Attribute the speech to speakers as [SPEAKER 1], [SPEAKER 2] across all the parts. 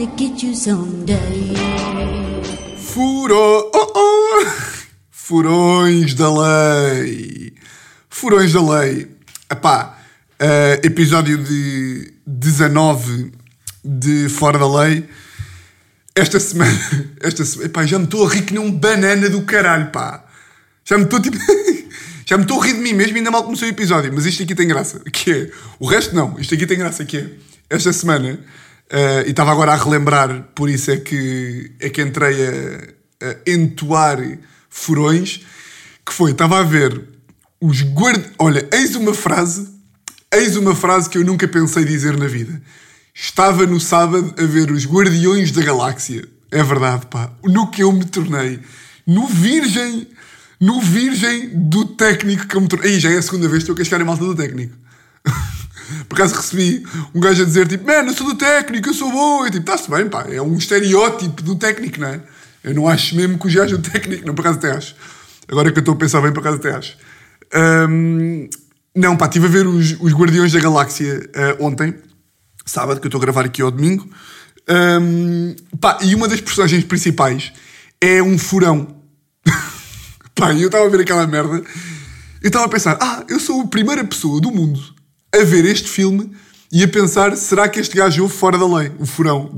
[SPEAKER 1] get you someday.
[SPEAKER 2] Furões da lei. Furões da lei. Epá, episódio de 19 de Fora da Lei. Esta semana, epá, já me estou a rir que nem um banana do caralho, pá. Já me estou a rir de mim mesmo e ainda mal começou o episódio. Mas isto aqui tem graça, que é... O resto não, isto aqui tem graça, que é... Esta semana, e estava agora a relembrar, por isso é que entrei a entoar furões, que foi, estava a ver os Olha, eis uma frase que eu nunca pensei dizer na vida. Estava no sábado a ver os Guardiões da Galáxia. É verdade, pá. No que eu me tornei. No virgem do técnico que eu me tornei. Aí já é a segunda vez que estou a cascar a malta do técnico. Por acaso recebi um gajo a dizer tipo, eu sou do técnico, eu sou bom. E tipo, está-se bem, pá. É um estereótipo do técnico, não é? Eu não acho mesmo que o gajo é do técnico. Não, por acaso até acho. Agora que eu estou a pensar bem, por acaso até acho. Não, pá, estive a ver os Guardiões da Galáxia ontem. Sábado, que eu estou a gravar aqui ao domingo. Pá, e uma das personagens principais é um furão. Pá, e eu estava a ver aquela merda. Eu estava a pensar, eu sou a primeira pessoa do mundo a ver este filme e a pensar, será que este gajo ouve Fora da Lei? O furão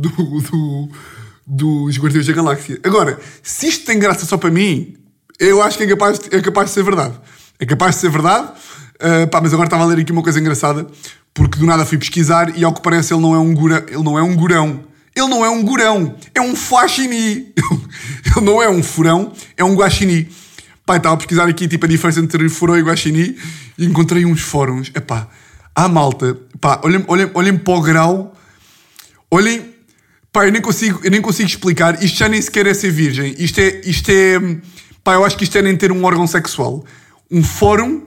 [SPEAKER 2] dos Guardiões da Galáxia. Agora, se isto tem graça só para mim, eu acho que é capaz de ser verdade. É capaz de ser verdade. Pá, mas agora estava a ler aqui uma coisa engraçada, porque do nada fui pesquisar e ao que parece ele não é um gurão. Ele não é um gurão. É um faxini. Ele não é um furão, é um guaxinim. Pá, estava a pesquisar aqui tipo a diferença entre furão e guaxinim e encontrei uns fóruns. Epá, à malta. Pá, olhem para o grau. Olhem. Pá, eu nem consigo explicar. Isto já nem sequer é ser virgem. Isto é... Pá, eu acho que isto é nem ter um órgão sexual. Um fórum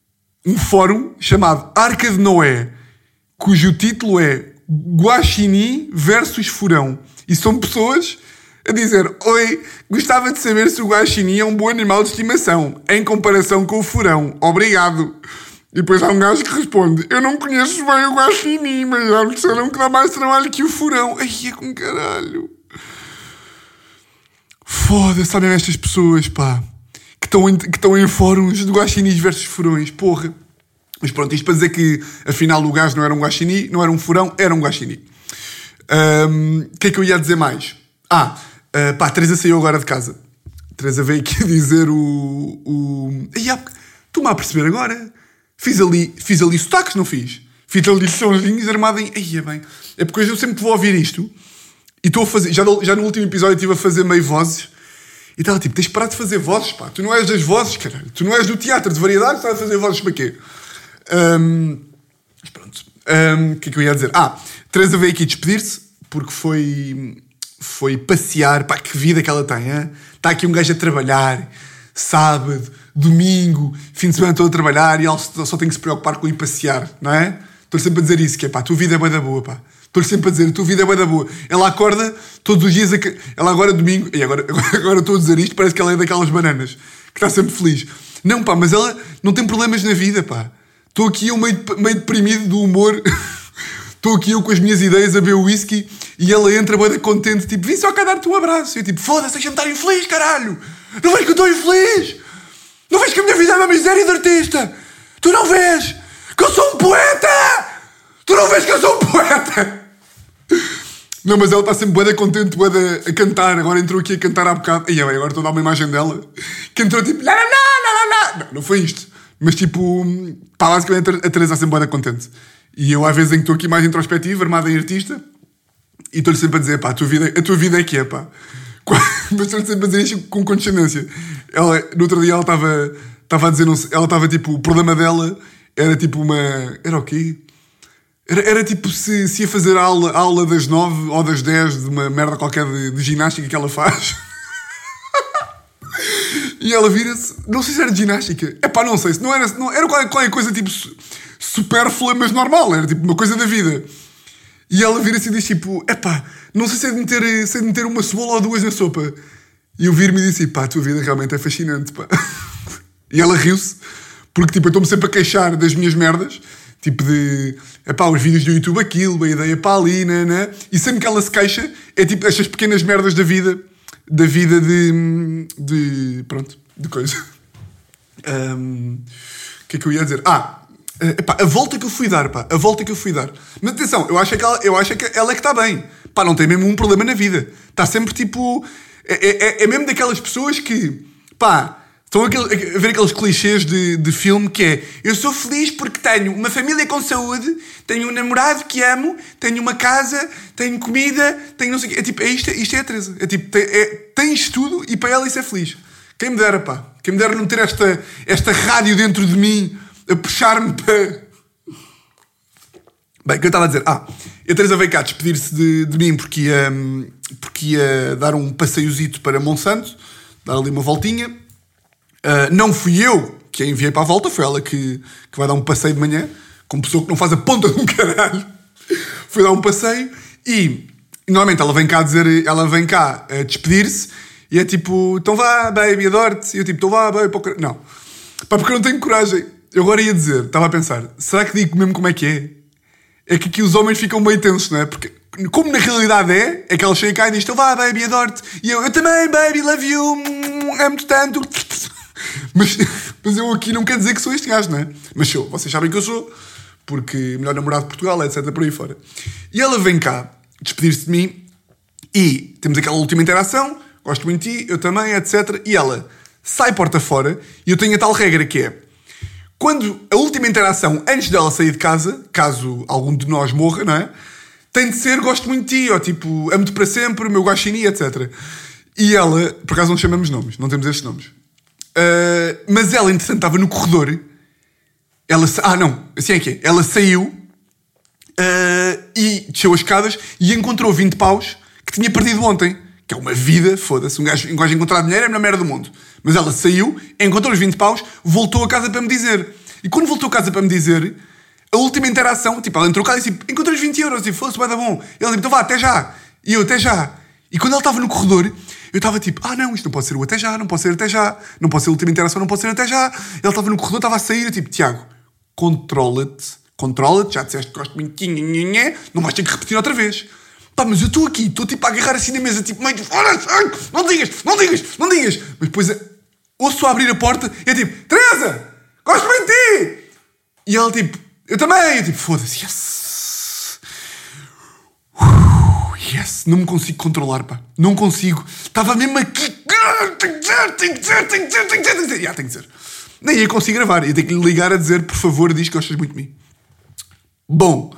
[SPEAKER 2] chamado Arca de Noé, cujo título é Guaxinim versus Furão. E são pessoas a dizer, oi, gostava de saber se o guaxinim é um bom animal de estimação, em comparação com o furão. Obrigado. E depois há um gajo que responde, eu não conheço bem o guaxinim, mas já me disseram que dá mais trabalho que o furão. Ai, é com caralho. Foda-se, sabem estas pessoas, pá, que estão em fóruns de guaxinins versus furões, porra. Mas pronto, isto para dizer que afinal o gajo não era um guaxinim, não era um furão, era um guaxinim. O que é que eu ia dizer mais? Pá, a Teresa saiu agora de casa. A Teresa veio aqui dizer estou-me a perceber agora. Fiz ali sotaques, não fiz? Fiz ali sonzinhos armado em... Aí é bem. É porque eu sempre que vou ouvir isto e estou a fazer... Já no último episódio estive a fazer meio vozes e estava tipo, tens de parar de fazer vozes, pá. Tu não és das vozes, caralho. Tu não és do teatro de variedades, estás a fazer vozes para quê? Mas pronto. O que é que eu ia dizer? Teresa veio aqui despedir-se porque foi passear. Pá, que vida que ela tem, hein? Está aqui um gajo a trabalhar, sábado, domingo, fim de semana todo a trabalhar e ela só tem que se preocupar com ir passear, não é? Estou sempre a dizer isso, que é pá, a tua vida é bué da boa, pá. Estou-lhe sempre a dizer, a tua vida é bué da boa. Ela acorda todos os dias, ela agora domingo, e agora estou a dizer isto, parece que ela é daquelas bananas, que está sempre feliz. Não, pá, mas ela não tem problemas na vida, pá. Estou aqui eu meio deprimido do humor. Estou aqui eu com as minhas ideias a beber whisky e ela entra bué contente, tipo, vim só cá dar-te um abraço. E eu tipo, foda-se, deixa-me estar infeliz, caralho. Não vês que eu estou infeliz? Não vês que a minha vida é uma miséria de artista? Tu não vês que eu sou um poeta? Tu não vês que eu sou um poeta? Não, mas ela está sempre bué contente, bué a cantar. Agora entrou aqui a cantar há bocado. E agora estou a dar uma imagem dela que entrou tipo, lá. Não foi isto. Mas tipo, pá, basicamente a Teresa está sempre bué contente. E eu às vezes em que estou aqui mais introspectivo, armada em artista, e estou-lhe sempre a dizer, pá, a tua vida é que é, pá. Mas estou-lhe sempre a dizer isto com condescendência. No outro dia ela estava a dizer, ela estava tipo, o problema dela era tipo era o quê? Era tipo se ia fazer a aula das 9 ou das 10 de uma merda qualquer de ginástica que ela faz. E ela vira-se, não sei se era de ginástica. Não sei, se não era qualquer coisa tipo supérflua, mas normal, era tipo uma coisa da vida. E ela vira-se e diz tipo, não sei se é de meter uma cebola ou duas na sopa. E eu vir-me e disse, pá, a tua vida realmente é fascinante, pá. E ela riu-se, porque tipo, eu estou-me sempre a queixar das minhas merdas. Tipo de... Epá, os vídeos do YouTube aquilo, a ideia para ali, né? E sempre que ela se queixa, é tipo estas pequenas merdas da vida pronto, de coisa. O que é que eu ia dizer? Epá, a volta que eu fui dar, pá. A volta que eu fui dar. Mas atenção, eu acho que ela é que está bem. Pá, não tem mesmo um problema na vida. Está sempre tipo... É mesmo daquelas pessoas que... Pá... Estão a ver aqueles clichês de filme que é: eu sou feliz porque tenho uma família com saúde, tenho um namorado que amo, tenho uma casa, tenho comida, tenho não sei o quê. É tipo, isto é a Teresa. É tipo, tens tudo e para ela isso é feliz. Quem me dera, pá. Quem me dera não ter esta rádio dentro de mim a puxar-me para... Bem, o que eu estava a dizer? A Teresa veio cá despedir-se de mim porque ia dar um passeiozito para Monsanto, dar ali uma voltinha. Não fui eu que a enviei para a volta, foi ela que vai dar um passeio de manhã, com pessoa que não faz a ponta de um caralho. Foi dar um passeio e normalmente ela vem cá a despedir-se e é tipo, então vá, baby, adoro-te. E eu tipo, então vá, baby, para o caralho. Não, pá, porque eu não tenho coragem. Eu agora ia dizer, estava a pensar, será que digo mesmo como é que é? É que aqui os homens ficam meio tensos, não é? Porque como na realidade é que ela chega cá e diz, então vá, baby, adoro-te. E eu também, baby, love you, amo-te tanto. Mas eu aqui não quero dizer que sou este gajo, não é? Mas sou, vocês sabem que eu sou, porque melhor namorado de Portugal, etc, por aí fora. E ela vem cá despedir-se de mim e temos aquela última interação, gosto muito de ti, eu também, etc. E ela sai porta fora e eu tenho a tal regra que é, quando a última interação, antes dela sair de casa, caso algum de nós morra, não é? Tem de ser gosto muito de ti, ou tipo, amo-te para sempre, meu guaxinim, etc. E ela, por acaso não chamamos nomes, não temos estes nomes. Mas ela, entretanto, estava no corredor. Assim é que é. Ela saiu e desceu as escadas e encontrou 20 paus que tinha perdido ontem. Que é uma vida, foda-se. Um gajo encontrar dinheiro é a melhor merda do mundo. Mas ela saiu, encontrou os 20 paus, voltou a casa para me dizer. E quando voltou a casa para me dizer, a última interação, tipo, ela entrou cá e disse, encontrei os 20 euros. E foda-se, vai dar bom. E ela disse, então vá, até já. E eu, até já. E quando ela estava no corredor, eu estava tipo, não, isto não pode ser o até já, não pode ser até já, não pode ser a última interação, não pode ser até já. Ela estava no corredor, estava a sair, eu tipo, Tiago, controla-te, já disseste que gosto muito, não vais ter que repetir outra vez. Pá, mas eu estou aqui, estou tipo a agarrar assim na mesa, tipo, meio de fora, não digas. Mas depois ouço abrir a porta e é tipo, Teresa, gosto muito de ti. E ela tipo, eu também, eu tipo, foda-se, yes, não me consigo controlar, pá. Não consigo. Estava mesmo aqui. Tem que dizer. Nem ia conseguir gravar. Ia ter que lhe ligar a dizer, por favor, diz que gostas muito de mim. Bom.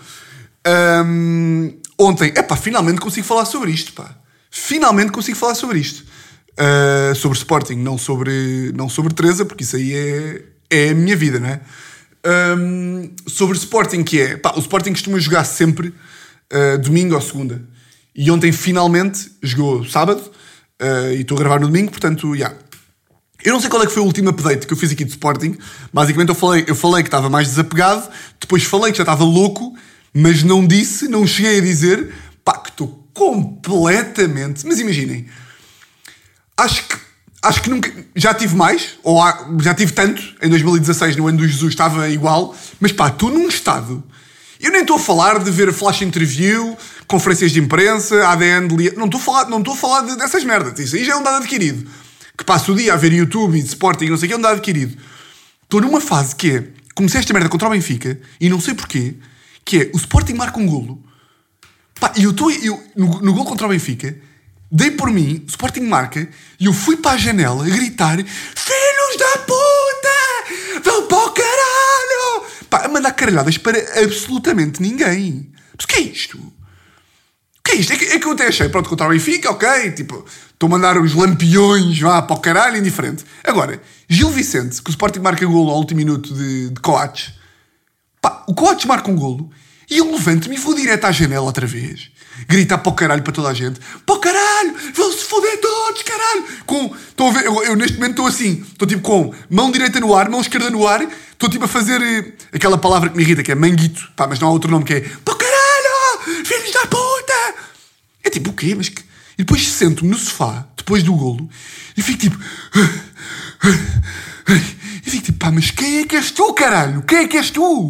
[SPEAKER 2] Ontem, finalmente consigo falar sobre isto, pá. Finalmente consigo falar sobre isto. Sobre Sporting, não sobre Teresa, porque isso aí é a minha vida, não é? Sobre Sporting, que é... Pá, o Sporting costuma jogar sempre domingo ou segunda. E ontem finalmente jogou sábado e estou a gravar no domingo, portanto, já. Eu não sei qual é que foi o último update que eu fiz aqui de Sporting. Basicamente eu falei que estava mais desapegado, depois falei que já estava louco, mas não cheguei a dizer, pá, que estou completamente... Mas imaginem, acho que nunca... Já tive mais, já tive tanto, em 2016, no ano do Jesus, estava igual, mas pá, estou num estado... Eu nem estou a falar de ver flash interview, conferências de imprensa, ADN de Lia... Não estou a falar dessas merdas. Isso aí já é um dado adquirido. Que passo o dia a ver YouTube e de Sporting, não sei o que, é um dado adquirido. Estou numa fase que é... Comecei esta merda contra o Benfica, e não sei porquê, que é, o Sporting marca um golo. Pá, e eu no golo contra o Benfica, dei por mim, o Sporting marca, e eu fui para a janela a gritar, filhos da puta! Vão para o caralho! Pá, a mandar caralhadas para absolutamente ninguém. Mas o que é isto? O que é isto? É que eu até achei, pronto, contra o Benfica, ok, tipo, estou a mandar os lampiões, vá, para o caralho, indiferente. Agora, Gil Vicente, que o Sporting marca golo ao último minuto de Coates, pá, o Coates marca um golo, e eu levanto-me e vou direto à janela outra vez. Gritar para o caralho para toda a gente. Para o caralho! Vão-se foder todos, caralho! Estão a ver, eu neste momento estou assim. Estou tipo com mão direita no ar, mão esquerda no ar. Estou tipo a fazer aquela palavra que me irrita, que é manguito. Pá, mas não há outro nome, que é para o caralho! Filhos da puta! É tipo, o quê? Mas que... E depois sento-me no sofá, depois do golo, e fico tipo... E fico tipo, pá, mas quem é que és tu, caralho? Quem é que és tu?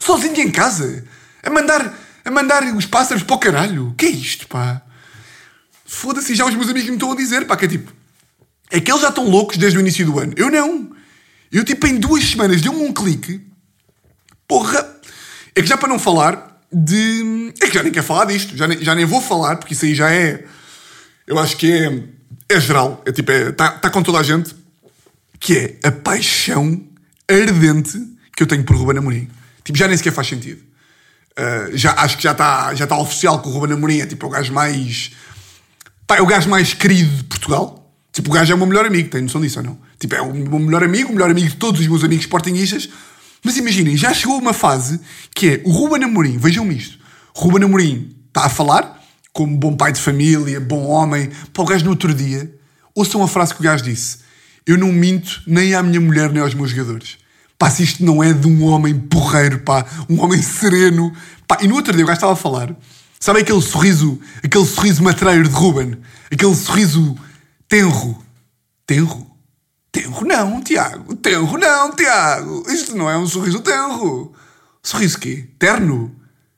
[SPEAKER 2] Sozinho em casa. A mandar os pássaros para o caralho. Que é isto, pá? Foda-se, já os meus amigos me estão a dizer, pá, que é tipo... É que eles já estão loucos desde o início do ano. Eu não. Eu, tipo, em 2 semanas deu-me um clique. Porra. É que já para não falar de... É que já nem quero falar disto. Já nem vou falar, porque isso aí já é... Eu acho que é geral. É tipo, tá com toda a gente. Que é a paixão ardente que eu tenho por Ruben Amorim. Tipo, já nem sequer faz sentido. Acho que já está oficial que o Ruben Amorim é tipo o gajo mais... Pá, é o gajo mais querido de Portugal. Tipo, o gajo é o meu melhor amigo, tem noção disso ou não? Tipo, é o meu melhor amigo de todos os meus amigos sportinguistas. Mas imaginem, já chegou uma fase que é o Ruben Amorim, vejam-me isto. O Ruben Amorim está a falar, como bom pai de família, bom homem. Pá, o gajo no outro dia, ouçam a frase que o gajo disse: eu não minto nem à minha mulher nem aos meus jogadores. Pá, se isto não é de um homem porreiro, pá, um homem sereno. Pá, e no outro dia o gajo estava a falar, sabe aquele sorriso matreiro de Ruben? Aquele sorriso tenro. Tenro? Tenro não, Tiago. Tenro não, Tiago. Isto não é um sorriso tenro. Sorriso quê? Terno?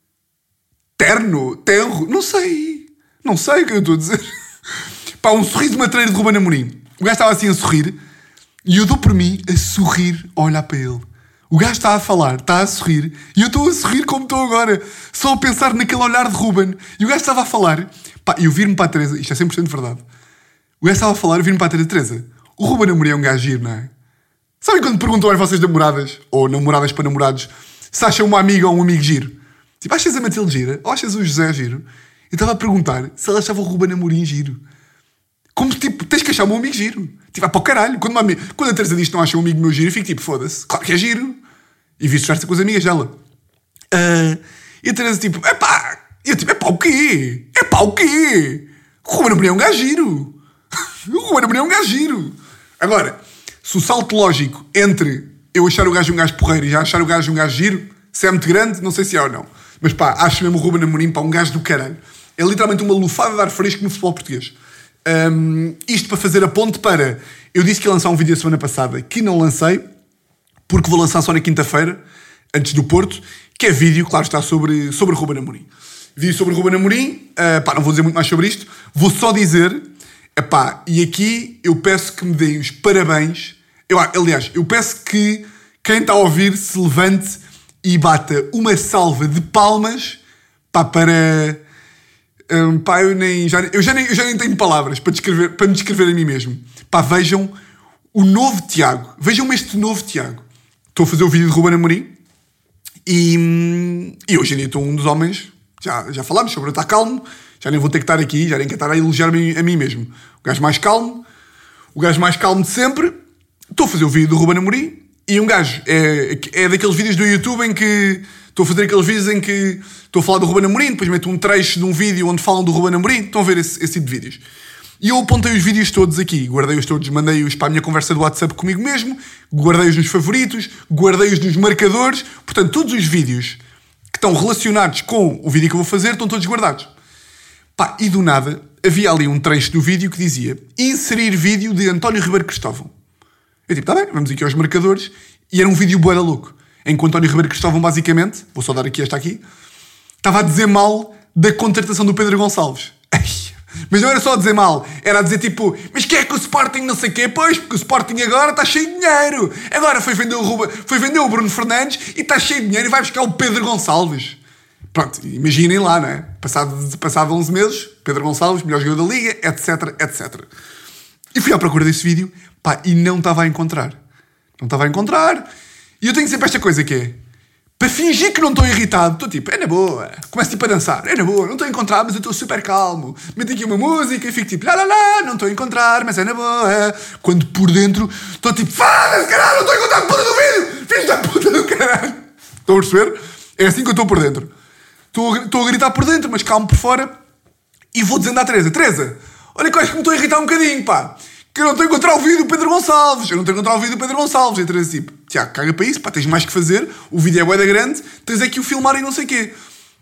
[SPEAKER 2] Terno? Tenro? Não sei o que eu estou a dizer. Pá, um sorriso matreiro de Ruben Amorim. O gajo estava assim a sorrir e eu dou por mim a sorrir a olhar para ele. O gajo está a falar, está a sorrir e eu estou a sorrir como estou agora, só a pensar naquele olhar de Ruben. E o gajo estava a falar, pá, e eu vir-me para a Teresa, isto é 100% verdade. O gajo estava a falar, eu vir-me para a Teresa. O Ruben Amorim é um gajo giro, não é? Sabem quando perguntam às vossas namoradas, ou namoradas para namorados, se acham uma amiga ou um amigo giro? Tipo, achas a Matilde gira? Ou achas o José giro? Eu estava a perguntar se ela achava o Ruben Amorim giro. Como, tipo, tens que achar o meu amigo giro. Tipo, para o caralho. Quando a Teresa diz que não acha um amigo meu giro, eu fico tipo, foda-se, claro que é giro. E vice-versa com as amigas dela. E a Teresa tipo, epá. E eu tipo, epá o quê? Epá o quê? O Ruben Amorim é um gajo giro. O Ruben Amorim é um gajo giro. Agora, se o salto lógico entre eu achar o gajo um gajo porreiro e já achar o gajo um gajo giro, se é muito grande, não sei se é ou não. Mas pá, acho mesmo o Ruben Amorim, pá, um gajo do caralho. É literalmente uma lufada de ar fresco no futebol português. Isto para fazer a ponte para... Eu disse que ia lançar um vídeo a semana passada, que não lancei, porque vou lançar só na quinta-feira, antes do Porto, que é vídeo, claro está, sobre Ruben Amorim. Vídeo sobre Ruben Amorim, pá, não vou dizer muito mais sobre isto, vou só dizer, epá, e aqui eu peço que me deem os parabéns, aliás, eu peço que quem está a ouvir se levante e bata uma salva de palmas, pá, para... pá, eu já nem tenho palavras para me descrever a mim mesmo. Pá, vejam o novo Tiago. Vejam-me este novo Tiago. Estou a fazer o vídeo de Ruben Amorim e hoje em dia estou um dos homens, já falámos sobre eu estar calmo, já nem vou ter que estar aqui, já nem quero estar a elogiar-me a mim mesmo. O gajo mais calmo de sempre. Estou a fazer o vídeo do Ruben Amorim e um gajo é daqueles vídeos do YouTube em que... Estou a fazer aqueles vídeos em que estou a falar do Ruben Amorim, depois meto um trecho de um vídeo onde falam do Ruben Amorim. Estão a ver esse tipo de vídeos. E eu apontei os vídeos todos aqui. Guardei-os todos, mandei-os para a minha conversa do WhatsApp comigo mesmo. Guardei-os nos favoritos. Guardei-os nos marcadores. Portanto, todos os vídeos que estão relacionados com o vídeo que eu vou fazer estão todos guardados. Pá, e do nada, havia ali um trecho do vídeo que dizia: inserir vídeo de António Ribeiro Cristóvão. Eu tipo, tá bem, vamos aqui aos marcadores. E era um vídeo bué da louco. Em que António Ribeiro Cristóvão, basicamente, vou só dar aqui esta aqui, estava a dizer mal da contratação do Pedro Gonçalves. Mas não era só a dizer mal, era a dizer tipo, mas que é que o Sporting não sei o quê? Pois, porque o Sporting agora está cheio de dinheiro. Agora foi vender o Bruno Fernandes e está cheio de dinheiro e vai buscar o Pedro Gonçalves. Pronto, imaginem lá, não é? Passado 11 meses, Pedro Gonçalves, melhor jogador da Liga, etc, etc. E fui à procura desse vídeo, pá, e não estava a encontrar. Não estava a encontrar. E eu tenho sempre esta coisa que é, para fingir que não estou irritado, estou tipo, é na boa. Começo tipo a dançar, é na boa, não estou a encontrar, mas eu estou super calmo. Meto aqui uma música e fico tipo, lá, não estou a encontrar, mas é na boa. Quando por dentro estou tipo, foda-se, caralho, não estou a encontrar a puta do vídeo. Filho da puta do caralho. Estão a perceber? É assim que eu estou por dentro. Estou a gritar por dentro, mas calmo por fora. E vou dizendo à Teresa, Teresa, olha que eu acho que me estou a irritar um bocadinho, pá. Que eu não estou a encontrar o vídeo do Pedro Gonçalves. E a Teresa tipo, Tiago, caga para isso, pá, tens mais que fazer. O vídeo é bué da grande, tens é que o filmar e não sei o quê.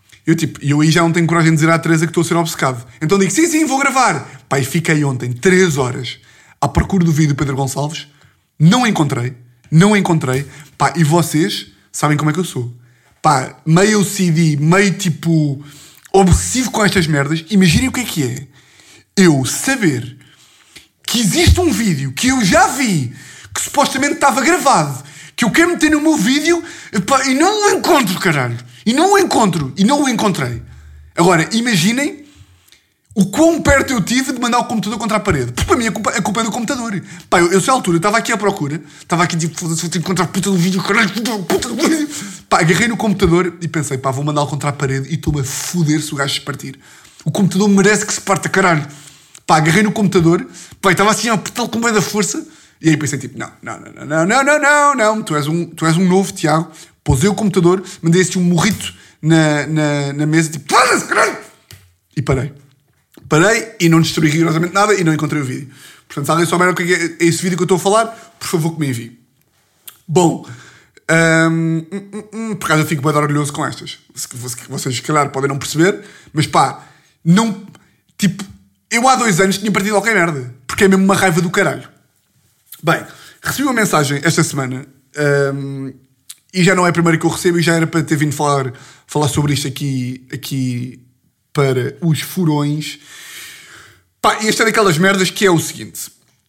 [SPEAKER 2] Eu aí já não tenho coragem de dizer à Teresa que estou a ser obcecado. Então digo, sim, vou gravar. Pá, e fiquei ontem 3 horas à procura do vídeo do Pedro Gonçalves. Não encontrei. Pá, e vocês sabem como é que eu sou. pá, meio OCD, meio tipo obsessivo com estas merdas, imaginem o que é eu saber que existe um vídeo que eu já vi, que supostamente estava gravado, que eu quero meter no meu vídeo, pá, e não o encontro, caralho. E não o encontrei. Agora, imaginem o quão perto eu tive de mandar o computador contra a parede. Porque para mim a culpa é do computador. Pá, eu sei a altura, estava aqui à procura, estava aqui tipo, foda-se, vou ter que encontrar a puta do vídeo, caralho, puta do vídeo. Pá, agarrei no computador e pensei, pá, vou mandá-lo contra a parede e estou-me a foder se o gajo se partir. O computador merece que se parta, caralho. Pá, agarrei no computador, pá, estava assim a apertá-lo com meio da força, e aí pensei tipo, não, tu és um novo, Tiago. Pousei o computador, mandei assim um morrito na mesa, tipo, foda-se, caralho! E parei e não destruí rigorosamente nada e não encontrei o vídeo. Portanto, se alguém souber o que é esse vídeo que eu estou a falar, por favor que me envie. Bom, por acaso eu fico bem orgulhoso com estas. Vocês, se calhar, podem não perceber, mas pá, não, tipo, eu há 2 anos tinha partido qualquer merda, porque é mesmo uma raiva do caralho. Bem, recebi uma mensagem esta semana, e já não é a primeira que eu recebo, e já era para ter vindo falar sobre isto aqui para os furões. Pá, e esta é daquelas merdas que é o seguinte.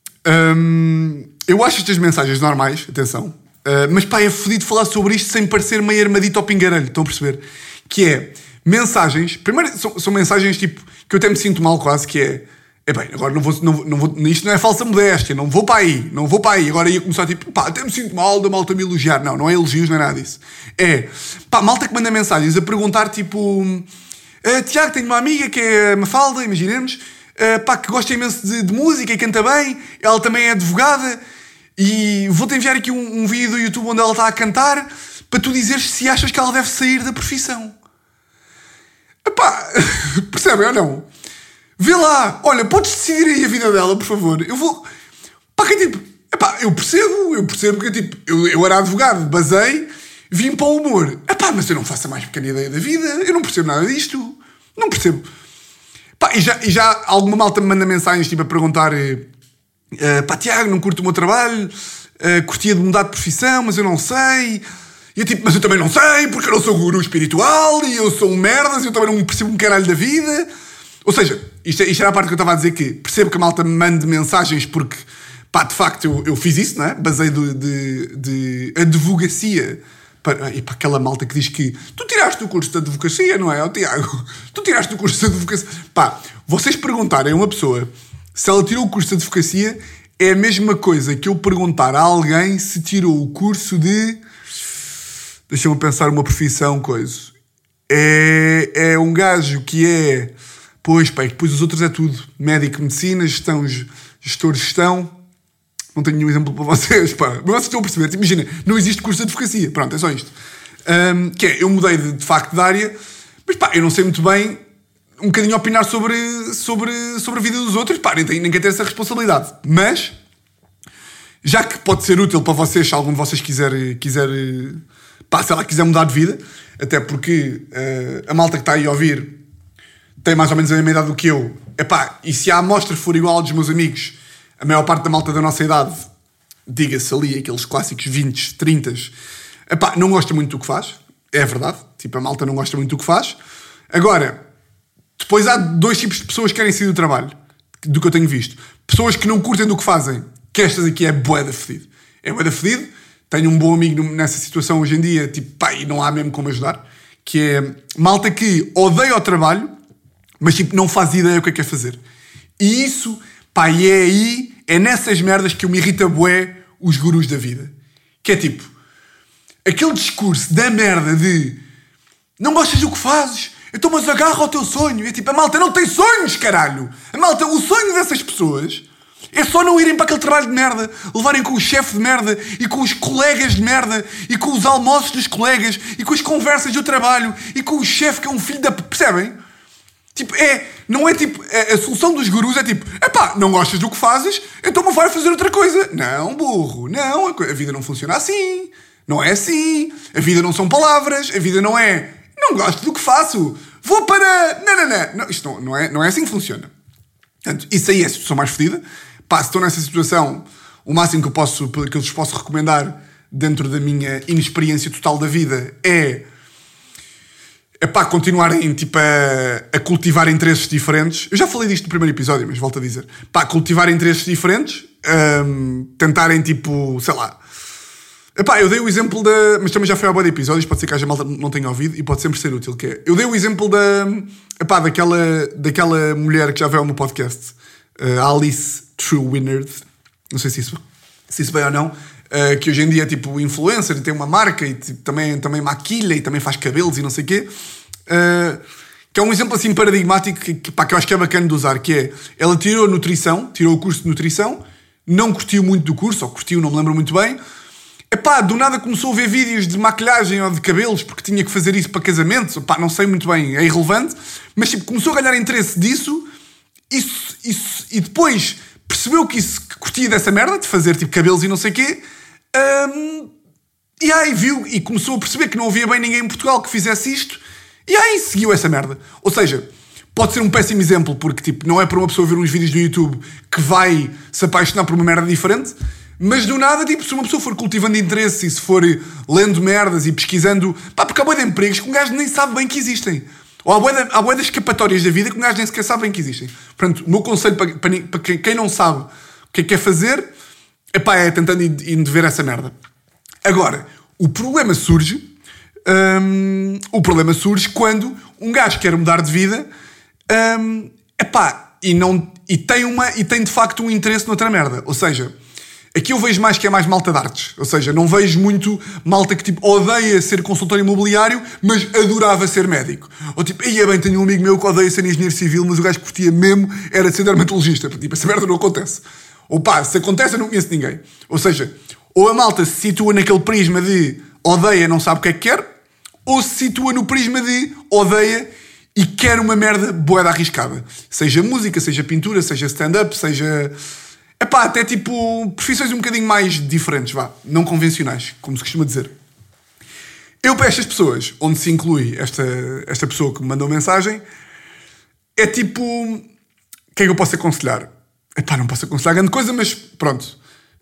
[SPEAKER 2] Eu acho estas mensagens normais, atenção, mas pá, é fodido falar sobre isto sem parecer meio armadito ao pingarelho, estão a perceber? Que é mensagens, primeiro são mensagens tipo, que eu até me sinto mal quase, que é bem, agora não vou, isto não é falsa modéstia, não vou para aí, agora ia começar tipo, pá, até me sinto mal da malta me elogiar, não é elogios, não é nada disso, é, pá, malta que manda mensagens a perguntar tipo, Tiago, tenho uma amiga que é Mafalda, imaginemos, pá, que gosta imenso de música e canta bem, ela também é advogada, e vou-te enviar aqui um vídeo do YouTube onde ela está a cantar, para tu dizeres se achas que ela deve sair da profissão. Epá, percebem ou não? Vê lá, olha, podes decidir aí a vida dela, por favor. Eu vou... Pá, que tipo... Epá, eu percebo que tipo... Eu era advogado, basei, vim para o humor. Epá, mas eu não faço a mais pequena ideia da vida. Eu não percebo nada disto. Não percebo. Pá, e já alguma malta me manda mensagens, tipo, a perguntar... pá, Tiago, não curto o meu trabalho. Curtia de mudar de profissão, mas eu não sei. E eu tipo, mas eu também não sei, porque eu não sou guru espiritual, e eu sou um merdas, e eu também não percebo um caralho da vida... Ou seja, isto era a parte que eu estava a dizer, que percebo que a malta me mande mensagens porque, pá, de facto eu fiz isso, não é? Basei de advocacia para aquela malta que diz que tu tiraste o curso de advocacia, não é, Tiago? Tu tiraste o curso de advocacia. Pá, vocês perguntarem a uma pessoa se ela tirou o curso de advocacia é a mesma coisa que eu perguntar a alguém se tirou o curso de... Deixa-me pensar uma profissão, coisa. É um gajo que é... Pois, pá, e depois os outros é tudo. Médico, medicina, gestão, gestor de gestão. Não tenho nenhum exemplo para vocês, pá. Mas vocês estão a perceber. Tipo, imagina, não existe curso de advocacia. Pronto, é só isto. Que é, eu mudei de facto de área, mas pá, eu não sei muito bem um bocadinho opinar sobre a vida dos outros. Pá, nem quero ter essa responsabilidade. Mas, já que pode ser útil para vocês, se algum de vocês quiser pá, se ela quiser mudar de vida, até porque a malta que está aí a ouvir tem mais ou menos a mesma idade do que eu. Epá, e se a amostra for igual dos meus amigos, a maior parte da malta da nossa idade, diga-se ali, aqueles clássicos 20, 30, epá, não gosta muito do que faz. É verdade. Tipo, a malta não gosta muito do que faz. Agora, depois há 2 tipos de pessoas que querem sair do trabalho, do que eu tenho visto. Pessoas que não curtem do que fazem, que estas aqui é bué da fedido. É bué da fedido. Tenho um bom amigo nessa situação hoje em dia, tipo, pá, e não há mesmo como ajudar, que é malta que odeia o trabalho, mas tipo, não faz ideia o que é quer fazer. E isso, pá, e é aí, é nessas merdas que eu me irrita bué os gurus da vida. Que é tipo, aquele discurso da merda de não gostas do que fazes, então mas agarra ao teu sonho. É tipo, a malta não tem sonhos, caralho. A malta, o sonho dessas pessoas é só não irem para aquele trabalho de merda, levarem com o chefe de merda, e com os colegas de merda, e com os almoços dos colegas, e com as conversas do trabalho, e com o chefe que é um filho da... Percebem? Tipo, não é tipo, a solução dos gurus é tipo, epá, não gostas do que fazes, então vai fazer outra coisa. Não, burro, não, a vida não funciona assim, não é assim, a vida não são palavras, a vida não é, não gosto do que faço, vou para, não, isto não é assim que funciona. Portanto, isso aí é a situação mais fedida. Pá, se estou nessa situação, o máximo que eu vos posso recomendar dentro da minha inexperiência total da vida é pá, continuarem tipo, a cultivar interesses diferentes. Eu já falei disto no primeiro episódio, mas volto a dizer. Pá, cultivar interesses diferentes, tentarem tipo, sei lá. Epá, eu dei o exemplo da... Mas também já foi há boa de episódios, pode ser que haja malta não tenha ouvido e pode sempre ser útil, que é... Eu dei o exemplo daquela mulher que já veio ao meu podcast, a Alice True Winnard, não sei se isso bem ou não, que hoje em dia é tipo influencer e tem uma marca e tipo, também maquilha e também faz cabelos e não sei o quê, que é um exemplo assim paradigmático que eu acho que é bacana de usar, que é, ela tirou o curso de nutrição, não curtiu muito do curso, ou curtiu, não me lembro muito bem. Epá, do nada começou a ver vídeos de maquilhagem ou de cabelos porque tinha que fazer isso para casamentos. Epá, não sei muito bem, é irrelevante. Mas tipo, começou a ganhar interesse disso e depois percebeu que curtia dessa merda, de fazer tipo cabelos e não sei o quê. E aí viu e começou a perceber que não havia bem ninguém em Portugal que fizesse isto. E aí seguiu essa merda. Ou seja, pode ser um péssimo exemplo porque tipo, não é para uma pessoa ver uns vídeos do YouTube que vai se apaixonar por uma merda diferente. Mas do nada, tipo, se uma pessoa for cultivando interesse e se for lendo merdas e pesquisando... Pá, porque há bué de empregos que um gajo nem sabe bem que existem. Ou há bué de escapatórias da vida que um gajo nem sequer sabe bem que existem. Portanto, o meu conselho para quem não sabe o que é fazer, epá, é tentando ir ver essa merda. Agora, o problema surge quando um gajo quer mudar de vida epá, e tem de facto um interesse noutra merda. Ou seja... Aqui eu vejo mais que é mais malta de artes. Ou seja, não vejo muito malta que tipo odeia ser consultor imobiliário, mas adorava ser médico. Ou tipo, aí é bem, tenho um amigo meu que odeia ser engenheiro civil, mas o gajo que curtia mesmo era de ser dermatologista. Tipo, essa merda não acontece. Ou pá, se acontece eu não conheço ninguém. Ou seja, ou a malta se situa naquele prisma de odeia, não sabe o que é que quer, ou se situa no prisma de odeia e quer uma merda bué de arriscada. Seja música, seja pintura, seja stand-up, seja... Epá, até tipo profissões um bocadinho mais diferentes, vá, não convencionais, como se costuma dizer. Eu para estas pessoas, onde se inclui esta pessoa que me mandou mensagem, é tipo... O que é que eu posso aconselhar? Epá, não posso aconselhar grande coisa, mas pronto.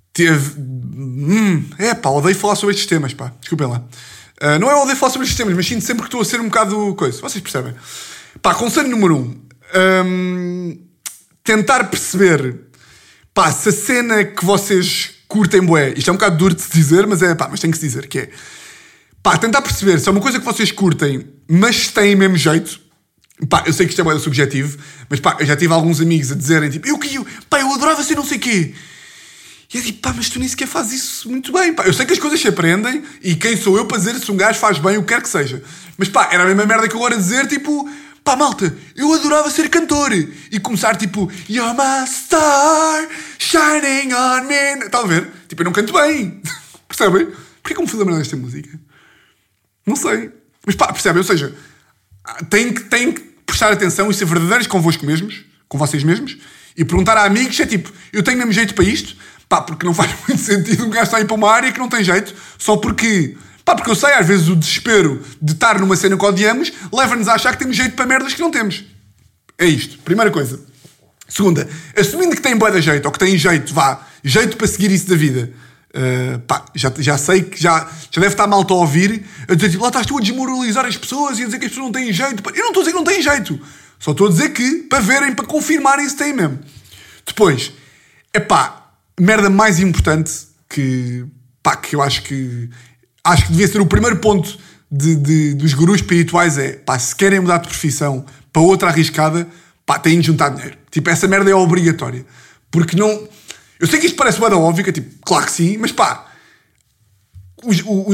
[SPEAKER 2] Odeio falar sobre estes temas, pá, desculpem lá. Não é odeio falar sobre estes temas, mas sinto sempre que estou a ser um bocado coisa. Vocês percebem? Pá, conselho número 1. Tentar perceber... Pá, se a cena que vocês curtem bué, isto é um bocado duro de se dizer, mas tem que se dizer, que é... Pá, tentar perceber se é uma coisa que vocês curtem, mas têm mesmo jeito. Pá, eu sei que isto é bué subjetivo, mas pá, eu já tive alguns amigos a dizerem, tipo, eu adorava ser não sei quê. E eu digo, pá, mas tu nem sequer fazes isso muito bem, pá. Eu sei que as coisas se aprendem, e quem sou eu para dizer se um gajo faz bem o que quer que seja. Mas pá, era a mesma merda que eu agora dizer, tipo... Pá, malta, eu adorava ser cantor. E começar tipo... You're my star, shining on me. Está a ver? Tipo, eu não canto bem. Percebem? Porquê que eu me fui lembrar desta música? Não sei. Mas pá, percebem? Ou seja, têm que prestar atenção e ser verdadeiros convosco mesmos, com vocês mesmos, e perguntar a amigos, é tipo, eu tenho mesmo jeito para isto? Pá, porque não faz muito sentido um gajo estar a ir para uma área que não tem jeito, só porque... Pá, porque eu sei, às vezes o desespero de estar numa cena que odiamos leva-nos a achar que temos jeito para merdas que não temos. É isto. Primeira coisa. Segunda, assumindo que tem bué de jeito, ou que tem jeito, jeito para seguir isso da vida. Pá, já sei que já deve estar malta a ouvir, a dizer tipo, lá estás tu a desmoralizar as pessoas e a dizer que as pessoas não têm jeito. Eu não estou a dizer que não têm jeito. Só estou a dizer que, para verem, para confirmarem se têm mesmo. Depois, merda mais importante que eu acho que devia ser o primeiro ponto dos gurus espirituais é, pá, se querem mudar de profissão para outra arriscada, pá, têm de juntar dinheiro. Tipo, essa merda é obrigatória. Porque não... Eu sei que isto parece bada óbvio, tipo, claro que sim, mas pá, os como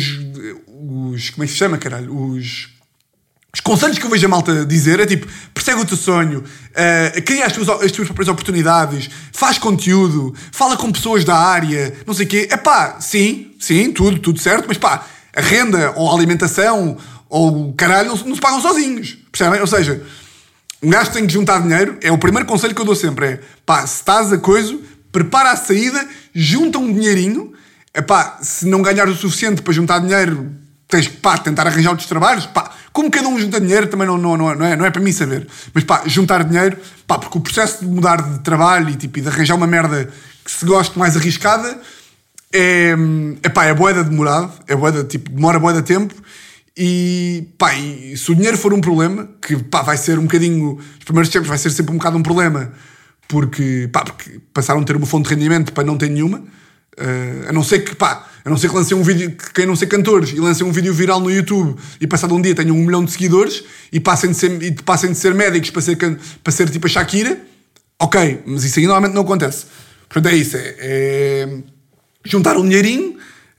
[SPEAKER 2] é que se chama, caralho? Os conselhos que eu vejo a malta dizer é tipo, persegue o teu sonho, cria as tuas próprias oportunidades, faz conteúdo, fala com pessoas da área, não sei o quê. É pá, sim, tudo certo, mas pá, a renda ou a alimentação ou o caralho não se pagam sozinhos, percebem? Ou seja, um gajo tem que juntar dinheiro, é o primeiro conselho que eu dou sempre, é pá, se estás a coisa, prepara a saída, junta um dinheirinho, é pá, se não ganhar o suficiente para juntar dinheiro, tens que, pá, tentar arranjar outros trabalhos, pá, como cada um junta dinheiro também não é para mim saber, mas pá, juntar dinheiro, pá, porque o processo de mudar de trabalho e de arranjar uma merda que se goste mais arriscada é bué de demorado, demora bué de tempo E, pá, e se o dinheiro for um problema, que, pá, vai ser um bocadinho... Os primeiros tempos vai ser sempre um bocado um problema, porque passaram a ter uma fonte de rendimento para não ter nenhuma. A não ser que lancem um vídeo, que quem não ser cantores, e lancem um vídeo viral no YouTube e passado um dia tenham 1 milhão de seguidores e passem de ser médicos para ser tipo a Shakira. Ok, mas isso aí normalmente não acontece. Portanto, é isso. É juntar um dinheirinho.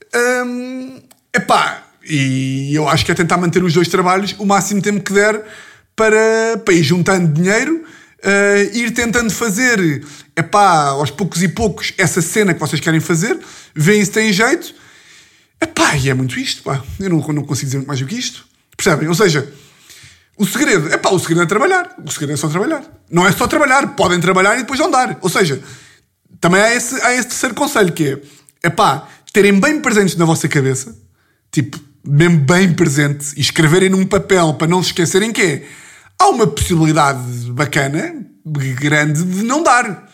[SPEAKER 2] E eu acho que é tentar manter os 2 trabalhos o máximo tempo que der para ir juntando dinheiro, ir tentando fazer, aos poucos e poucos, essa cena que vocês querem fazer, veem se tem jeito. E é muito isto, pá. Eu não consigo dizer muito mais do que isto. Percebem? Ou seja, o segredo é trabalhar. O segredo é só trabalhar. Não é só trabalhar. Podem trabalhar e depois não dar. Ou seja, também há esse terceiro conselho, que é terem bem presentes na vossa cabeça, tipo, mesmo bem presente, e escreverem num papel para não se esquecerem que há uma possibilidade bacana, grande, de não dar.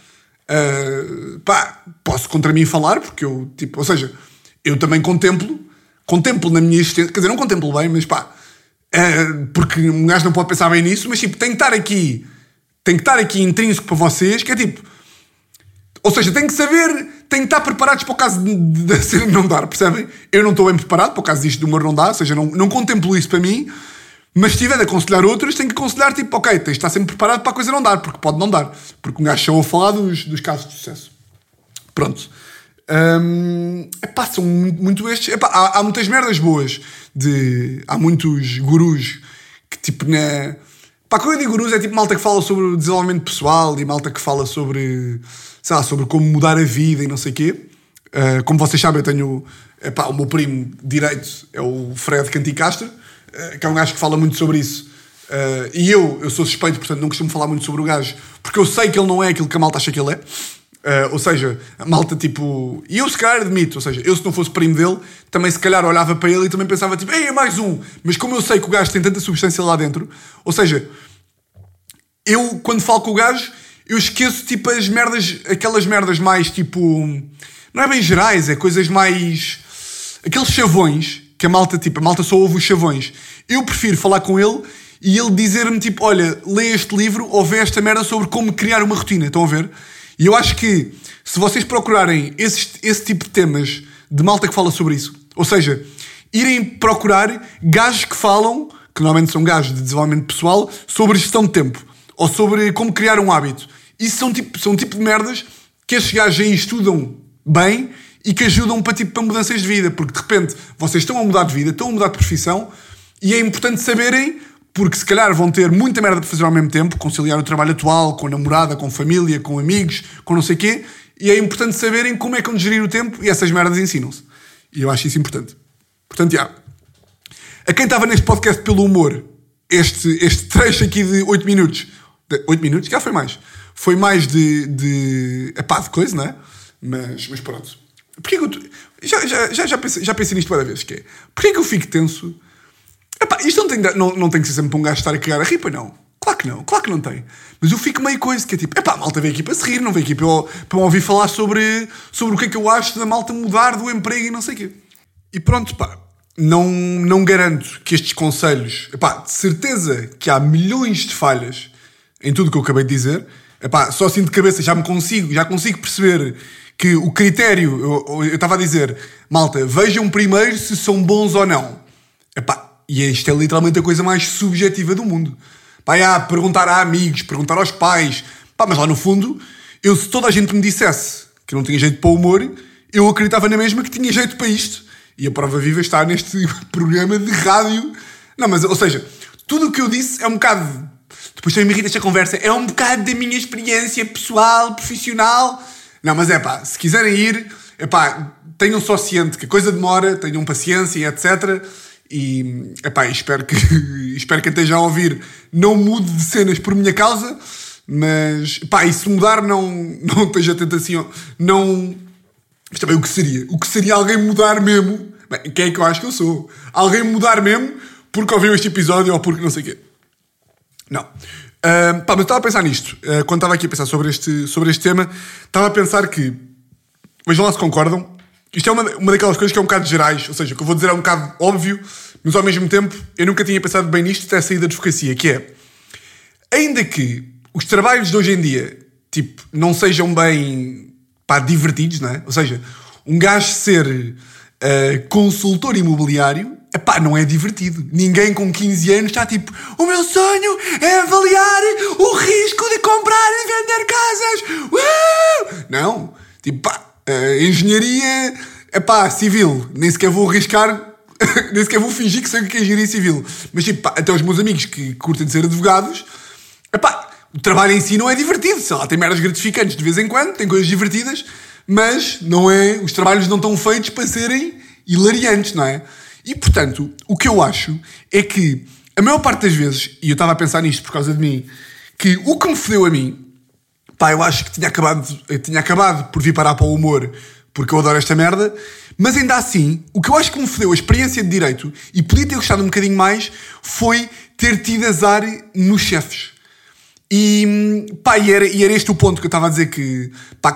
[SPEAKER 2] Posso contra mim falar, porque eu, tipo, ou seja, eu também contemplo na minha existência, quer dizer, não contemplo bem, mas porque um gajo não pode pensar bem nisso, mas tipo, tem que estar aqui intrínseco para vocês, que é tipo, ou seja, tem que estar preparados para o caso de cena não dar, percebem? Eu não estou bem preparado para o caso disto do humor não dar, ou seja, não contemplo isso para mim, mas se tiver de aconselhar outros, tenho que aconselhar, tipo, ok, tens de estar sempre preparado para a coisa não dar, porque pode não dar, porque um gajo chegou a falar dos casos de sucesso. Pronto. São muito estes. Há muitas merdas boas. Há muitos gurus que, tipo, quando eu digo gurus, é tipo malta que fala sobre o desenvolvimento pessoal e malta que fala sobre, sei lá, sobre como mudar a vida e não sei o quê. Como vocês sabem, eu tenho... o meu primo direito é o Fred Canticastro, que é um gajo que fala muito sobre isso. E eu sou suspeito, portanto não costumo falar muito sobre o gajo, porque eu sei que ele não é aquilo que a malta acha que ele é. Ou seja, a malta tipo... E eu se calhar admito, ou seja, eu se não fosse primo dele, também se calhar olhava para ele e também pensava tipo, ei, é mais um. Mas como eu sei que o gajo tem tanta substância lá dentro, ou seja, eu quando falo com o gajo, eu esqueço tipo as merdas, aquelas merdas mais tipo... Não é bem gerais, é coisas mais... Aqueles chavões, que a malta só ouve os chavões. Eu prefiro falar com ele e ele dizer-me tipo, olha, lê este livro ou vê esta merda sobre como criar uma rotina, estão a ver? E eu acho que, se vocês procurarem esse tipo de temas de malta que fala sobre isso, ou seja, irem procurar gajos que falam, que normalmente são gajos de desenvolvimento pessoal, sobre gestão de tempo, ou sobre como criar um hábito. Isso são um tipo de merdas que estes gajos aí estudam bem e que ajudam para mudanças de vida, porque de repente vocês estão a mudar de vida, estão a mudar de profissão, e é importante saberem... Porque se calhar vão ter muita merda para fazer ao mesmo tempo, conciliar o trabalho atual com a namorada, com família, com amigos, com não sei o quê, e é importante saberem como é que vão gerir o tempo, e essas merdas ensinam-se. E eu acho isso importante. Portanto, a quem estava neste podcast pelo humor, este trecho aqui de 8 minutos, 8 minutos? Já foi mais. Foi mais de coisa, não é? Mas pronto. Porquê que eu... Já pensei nisto várias vezes, que é... Porquê que eu fico tenso... Isto não tem que ser sempre para um gajo estar a cagar a ripa, não. Claro que não tem. Mas eu fico meio coisa, que é tipo, a malta veio aqui para se rir, não veio aqui para me ouvir falar sobre o que é que eu acho da malta mudar do emprego e não sei o quê. E pronto, não garanto que estes conselhos, de certeza que há milhões de falhas em tudo o que eu acabei de dizer, só assim de cabeça já consigo perceber que o critério, eu estava a dizer, malta, vejam primeiro se são bons ou não. E isto é literalmente a coisa mais subjetiva do mundo. Perguntar a amigos, perguntar aos pais. Mas lá no fundo, se toda a gente me dissesse que não tinha jeito para o humor, eu acreditava na mesma que tinha jeito para isto. E a prova viva está neste programa de rádio. Não, mas, ou seja, tudo o que eu disse é um bocado... Depois também me irrita esta conversa. É um bocado da minha experiência pessoal, profissional. Não, mas se quiserem ir, tenham só ciente que a coisa demora, tenham paciência e etc., e espero que quem esteja a ouvir não mude de cenas por minha causa, mas e se mudar não esteja atento assim, não. Mas também o que seria alguém mudar mesmo? Quem é que eu acho que eu sou? Alguém mudar mesmo porque ouviu este episódio ou porque não sei o quê. Não. Mas estava a pensar nisto quando estava aqui a pensar sobre este tema. Estava a pensar que, vejam lá se concordam, Isto é uma daquelas coisas que é um bocado gerais, ou seja, o que eu vou dizer é um bocado óbvio, mas ao mesmo tempo eu nunca tinha pensado bem nisto até a saída da advocacia, que é, ainda que os trabalhos de hoje em dia, tipo, não sejam bem, divertidos, não é? Ou seja, um gajo ser consultor imobiliário, não é divertido. Ninguém com 15 anos está tipo, o meu sonho é avaliar o risco de comprar e vender casas. Não. Tipo, engenharia, civil. Nem sequer vou arriscar, nem sequer vou fingir que sei o que é engenharia civil. Mas tipo, até os meus amigos que curtem de ser advogados, o trabalho em si não é divertido. Sei lá, tem merdas gratificantes de vez em quando, tem coisas divertidas, mas não é, os trabalhos não estão feitos para serem hilariantes, não é? E, portanto, o que eu acho é que, a maior parte das vezes, e eu estava a pensar nisto por causa de mim, que o que me fodeu a mim, eu acho que tinha acabado por vir parar para o humor, porque eu adoro esta merda, mas ainda assim, o que eu acho que me fodeu a experiência de direito, e podia ter gostado um bocadinho mais, foi ter tido azar nos chefes. E era este o ponto que eu estava a dizer que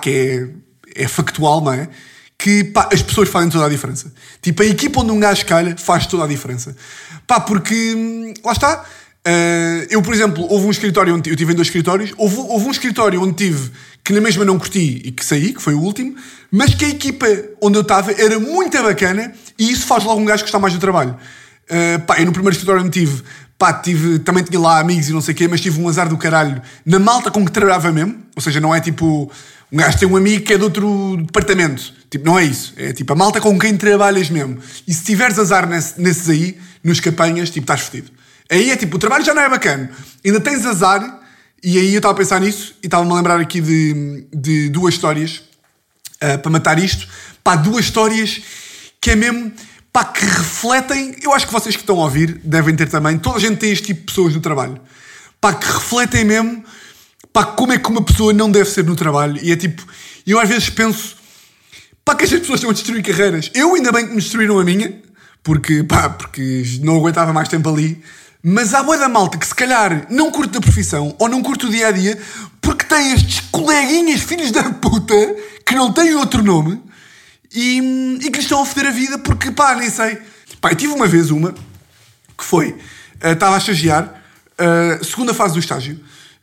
[SPEAKER 2] é factual, não é? Que as pessoas fazem toda a diferença. Tipo, a equipa onde um gajo calha faz toda a diferença. Porque, lá está. Eu, por exemplo, houve um escritório onde eu estive em 2 escritórios. Houve um escritório onde tive que na mesma não curti e que saí, que foi o último, mas que a equipa onde eu estava era muito bacana e isso faz logo um gajo gostar mais do trabalho. Eu no primeiro escritório onde também tinha lá amigos e não sei o quê, mas tive um azar do caralho na malta com que trabalhava mesmo. Ou seja, não é tipo... Um gajo tem um amigo que é de outro departamento. Tipo, não é isso. É tipo a malta com quem trabalhas mesmo. E se tiveres azar nesses aí, nos que apanhas, tipo, estás fodido. Aí é tipo, o trabalho já não é bacana. Ainda tens azar. E aí eu estava a pensar nisso e estava-me a lembrar aqui de 2 histórias para matar isto. 2 histórias que é mesmo... que refletem... Eu acho que vocês que estão a ouvir devem ter também. Toda a gente tem este tipo de pessoas no trabalho. Que refletem mesmo... como é que uma pessoa não deve ser no trabalho. E é tipo... Eu às vezes penso... que estas pessoas estão a destruir carreiras. Eu ainda bem que me destruíram a minha. Porque não aguentava mais tempo ali. Mas há bué da malta que se calhar não curte a profissão. Ou não curte o dia-a-dia. Porque tem estes coleguinhas filhos da puta. Que não têm outro nome. E que lhes estão a foder a vida. Porque nem sei. Eu tive uma vez que foi... Estava a estagiar. Segunda fase do estágio.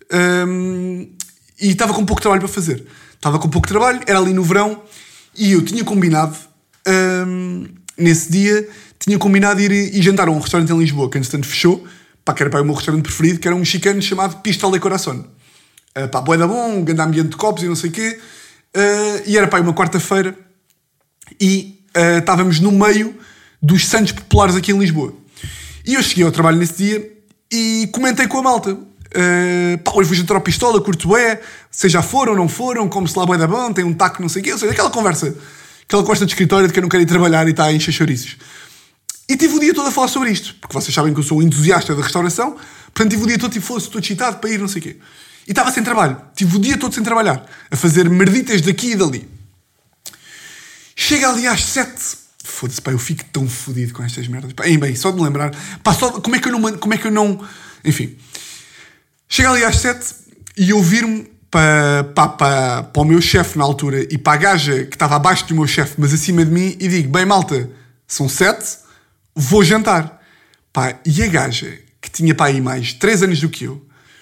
[SPEAKER 2] E estava com pouco trabalho para fazer. Era ali no verão e eu tinha combinado nesse dia, tinha combinado ir jantar a um restaurante em Lisboa que entretanto fechou, que era o meu restaurante preferido, que era um mexicano chamado Pistola de Coração. Bué da bom, um grande ambiente de copos e não sei o quê. E era uma quarta-feira e estávamos no meio dos Santos Populares aqui em Lisboa. E eu cheguei ao trabalho nesse dia e comentei com a malta. Hoje vou jantar ao Pistola, curto vocês já foram, não foram, como-se lá bué da bom, tem um taco, não sei o quê, ou seja, aquela conversa de escritório de que eu não quero ir trabalhar e está a encher chouriços. E tive o dia todo a falar sobre isto, porque vocês sabem que eu sou um entusiasta da restauração, portanto tive o dia todo estou excitado para ir, não sei o quê. E estava sem trabalho, tive o dia todo sem trabalhar, a fazer merditas daqui e dali. Chega ali às 7, foda-se, eu fico tão fodido com estas merdas. Bem, só de me lembrar, como é que eu não, enfim... Chega ali às 7 e eu vir-me para o meu chefe na altura e para a gaja que estava abaixo do meu chefe, mas acima de mim, e digo, bem malta, são 7, vou jantar. E a gaja, que tinha aí mais 3 anos do que eu,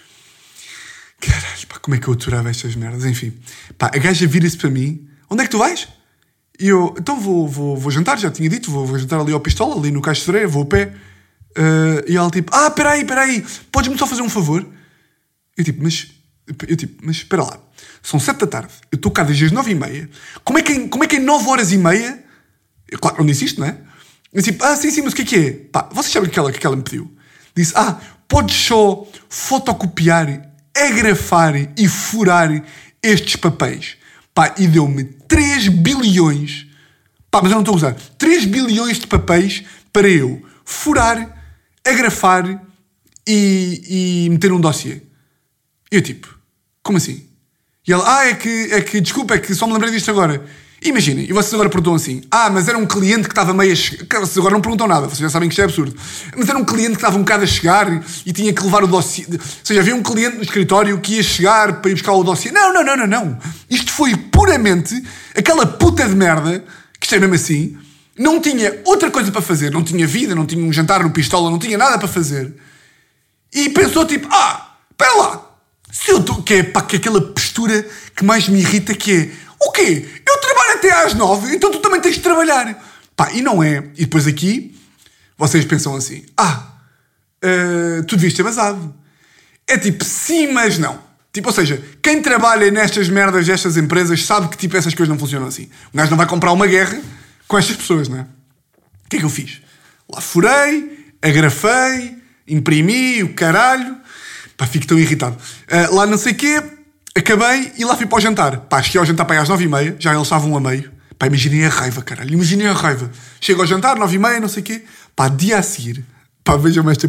[SPEAKER 2] caralho, como é que eu aturava estas merdas? Enfim, a gaja vira-se para mim, onde é que tu vais? E eu, então vou jantar, já tinha dito, vou jantar ali ao Pistola, ali no Cais de Freire, vou a pé. E ela tipo, peraí, podes-me só fazer um favor? Eu tipo, mas espera lá, são 7 da tarde, eu estou cá desde as 9h30, como é que em 9h30, claro, não disse isto, não é? Eu tipo, sim, mas o que é? Vocês sabem o que ela me pediu? Disse, podes só fotocopiar, agrafar e furar estes papéis. E deu-me 3 bilhões, mas eu não estou a usar, 3 bilhões de papéis para eu furar, agrafar e meter um dossiê. E eu tipo, como assim? E ela, é que desculpa, é que só me lembrei disto agora. Imaginem, e vocês agora perguntam assim, mas era um cliente que estava meio a chegar. Vocês agora não perguntam nada, vocês já sabem que isto é absurdo. Mas era um cliente que estava um bocado a chegar e tinha que levar o dossiê. Ou seja, havia um cliente no escritório que ia chegar para ir buscar o dossiê. Não. Isto foi puramente aquela puta de merda isto é mesmo assim, não tinha outra coisa para fazer, não tinha vida, não tinha um jantar no Pistola, não tinha nada para fazer. E pensou tipo, espera lá, se eu estou... Que é aquela postura que mais me irrita, que é, o quê? Eu trabalho até às 9, então tu também tens de trabalhar. E não é. E depois aqui, vocês pensam assim, tu devias ter basado. É tipo, sim, mas não. Tipo, ou seja, quem trabalha nestas merdas destas empresas sabe que tipo essas coisas não funcionam assim. O gajo não vai comprar uma guerra com estas pessoas, não é? O que é que eu fiz? Lá furei, agrafei, imprimi, o caralho. Fico tão irritado. Lá não sei o quê, acabei e lá fui para o jantar. Cheguei ao jantar para aí às 9h30, já eles estavam a meio. Imaginei a raiva, caralho. Imaginei a raiva. Chego ao jantar, 9h30, não sei o quê. Dia a seguir. Vejam-me esta...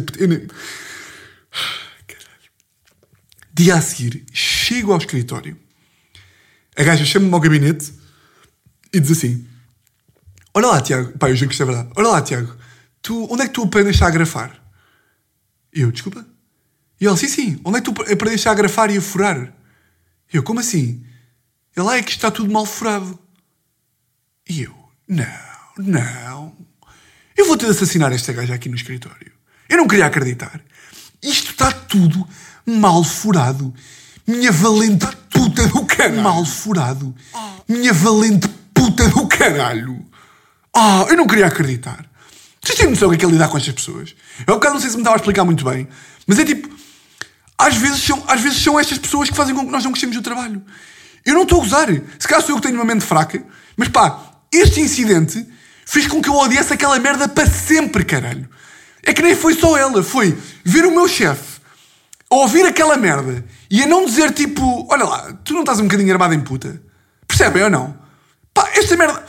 [SPEAKER 2] Dia a seguir, chego ao escritório. A gaja chama-me ao gabinete e diz assim, olha lá, Tiago. Eu juro que isto é verdade. Olha lá, Tiago. Onde é que tu aprendeste a agrafar? E eu, desculpa? E ela, sim. Onde é que tu aprendeste a agrafar e a furar? E eu, como assim? Ela, é que está tudo mal furado. E eu, não. Eu vou ter de assassinar esta gaja aqui no escritório. Eu não queria acreditar. Isto está tudo mal furado. Minha valente puta do caralho. Mal furado. Minha valente puta do caralho. Eu não queria acreditar. Vocês têm noção do que é lidar com estas pessoas? Eu um bocado não sei se me estava a explicar muito bem, mas é tipo, às vezes são estas pessoas que fazem com que nós não gostemos do trabalho. Eu não estou a gozar. Se calhar sou eu que tenho uma mente fraca, mas este incidente fez com que eu odiasse aquela merda para sempre, caralho. É que nem foi só ela, foi ver o meu chefe a ouvir aquela merda e a não dizer tipo, olha lá, tu não estás um bocadinho armado em puta? Percebem ou não? Esta merda...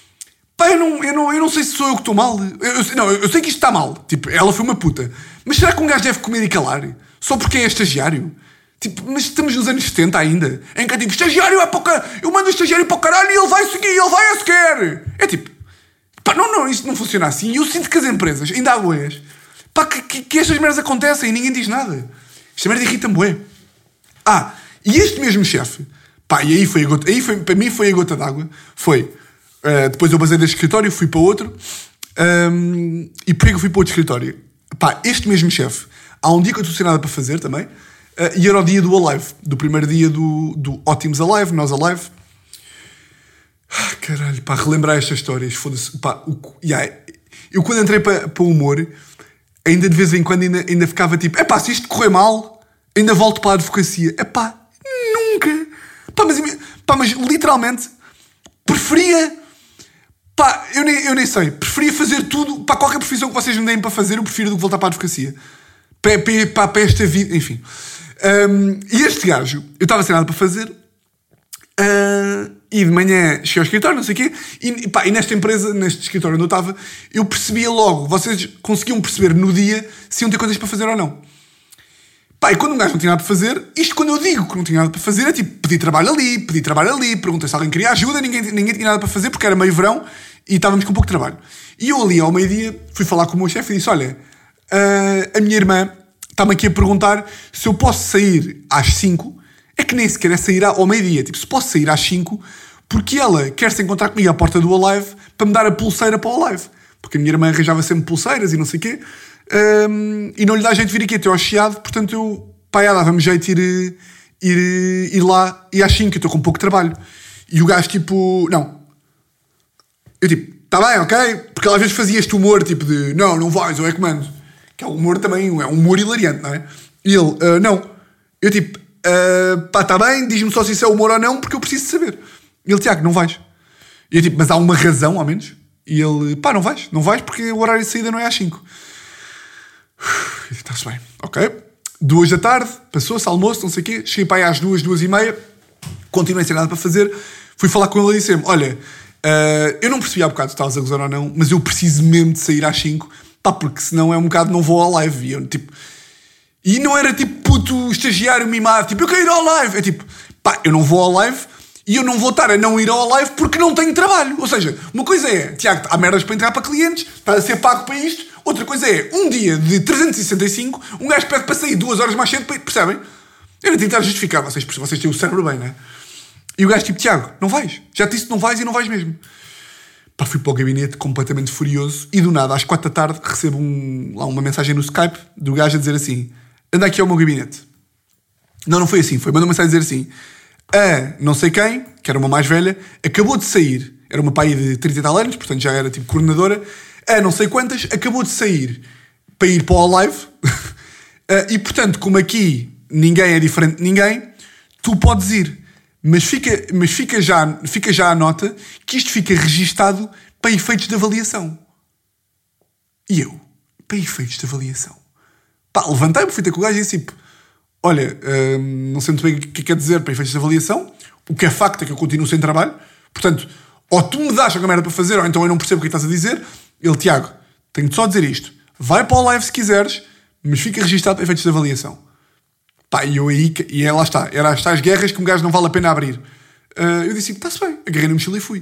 [SPEAKER 2] Eu não sei se sou eu que estou mal. Eu sei que isto está mal. Tipo, ela foi uma puta. Mas será que um gajo deve comer e calar? Só porque é estagiário? Tipo, mas estamos nos anos 70 ainda. Em que é tipo, estagiário é para o caralho. Eu mando o estagiário para o caralho e ele vai seguir, ele vai a sequer. É tipo, não, isto não funciona assim. E eu sinto que as empresas, ainda há boas, que estas merdas acontecem e ninguém diz nada. Esta merda irrita-me bué. E este mesmo chefe, e aí para mim foi a gota d'água. Depois eu basei deste escritório, fui para outro. E porquê que eu fui para outro escritório? Este mesmo chefe, há um dia que eu estou sem nada para fazer também, e era o dia do Alive, do primeiro dia do Ótimos Alive, nós Alive. Caralho, relembrar estas histórias, foda-se. Eu quando entrei para o humor, ainda de vez em quando ainda ficava tipo, se isto correr mal, ainda volto para a advocacia. Nunca. Mas literalmente, preferia... eu nem sei. Preferia fazer tudo... qualquer profissão que vocês me deem para fazer, eu prefiro do que voltar para a advocacia. Para esta vida... Enfim. E este gajo... Eu estava sem nada para fazer. E de manhã cheguei ao escritório, não sei o quê. E nesta empresa, neste escritório onde eu estava, eu percebia logo. Vocês conseguiam perceber no dia se iam ter coisas para fazer ou não. E quando um gajo não tinha nada para fazer... Isto quando eu digo que não tinha nada para fazer é tipo... Pedi trabalho ali, perguntei se alguém queria ajuda, ninguém tinha nada para fazer porque era meio verão e estávamos com pouco trabalho. E eu ali ao meio-dia fui falar com o meu chefe e disse, olha, a minha irmã está-me aqui a perguntar se eu posso sair às 5. É que nem sequer é sair ao meio-dia. Tipo, se posso sair às 5 porque ela quer se encontrar comigo à porta do Alive para me dar a pulseira para o Alive. Porque a minha irmã arranjava sempre pulseiras e não sei o quê. E não lhe dá jeito de vir aqui até ao Chiado, portanto eu dava-me jeito de ir lá e às 5 eu estou com pouco trabalho. E o gajo tipo, não. Eu tipo, está bem, ok? Porque ela às vezes fazia este humor tipo de não vais, eu é que mando. Que é um humor também, é um humor hilariante, não é? E ele, não. Eu tipo, está bem, diz-me só se isso é humor ou não, porque eu preciso de saber. E ele, Tiago, não vais. E eu tipo, mas há uma razão ao menos? E ele, não vais porque o horário de saída não é às 5. Está-se bem, ok. 2 da tarde, passou-se, almoço, não sei o quê. Cheguei para aí às 2h30. Continuei sem nada para fazer. Fui falar com ele e disse-me, olha, eu não percebi há bocado se estavas a gozar ou não, mas eu preciso mesmo de sair às 5, porque senão é um bocado não vou ao live. E eu tipo... E não era tipo puto estagiário mimado, tipo, eu quero ir ao live. É tipo, eu não vou ao live e eu não vou estar a não ir ao live porque não tenho trabalho. Ou seja, uma coisa é, Tiago, há merdas para entrar para clientes, está a ser pago para isto. Outra coisa é, um dia de 365, um gajo pede para sair 2 horas mais cedo, percebem? Eu não tenho que estar a justificar, vocês têm o cérebro bem, não é? E o gajo tipo, Tiago, não vais. Já te disse que não vais e não vais mesmo. Pá, fui para o gabinete completamente furioso e do nada, às 4 da tarde, recebo lá uma mensagem no Skype do gajo a dizer assim: anda aqui ao meu gabinete. Não foi assim, mandou uma mensagem a dizer assim: a não sei quem, que era uma mais velha, acabou de sair, era uma pai de 30 e tal anos, portanto já era tipo coordenadora, a não sei quantas, acabou de sair para ir para o live e portanto, como aqui ninguém é diferente de ninguém, tu podes ir. Mas fica já a nota que isto fica registado para efeitos de avaliação. E eu, para efeitos de avaliação. Pá, levantei-me, fui ter com o gajo e disse: olha, não sei muito bem o que quer dizer para efeitos de avaliação. O que é facto é que eu continuo sem trabalho. Portanto, ou tu me dás alguma merda para fazer, ou então eu não percebo o que estás a dizer. Ele: Tiago, tenho-te só a dizer isto. Vai para o live se quiseres, mas fica registado para efeitos de avaliação. Pá, e eu aí, lá está, era as tais guerras que um gajo não vale a pena abrir. Eu disse: está-se bem, agarrei na mochila e fui.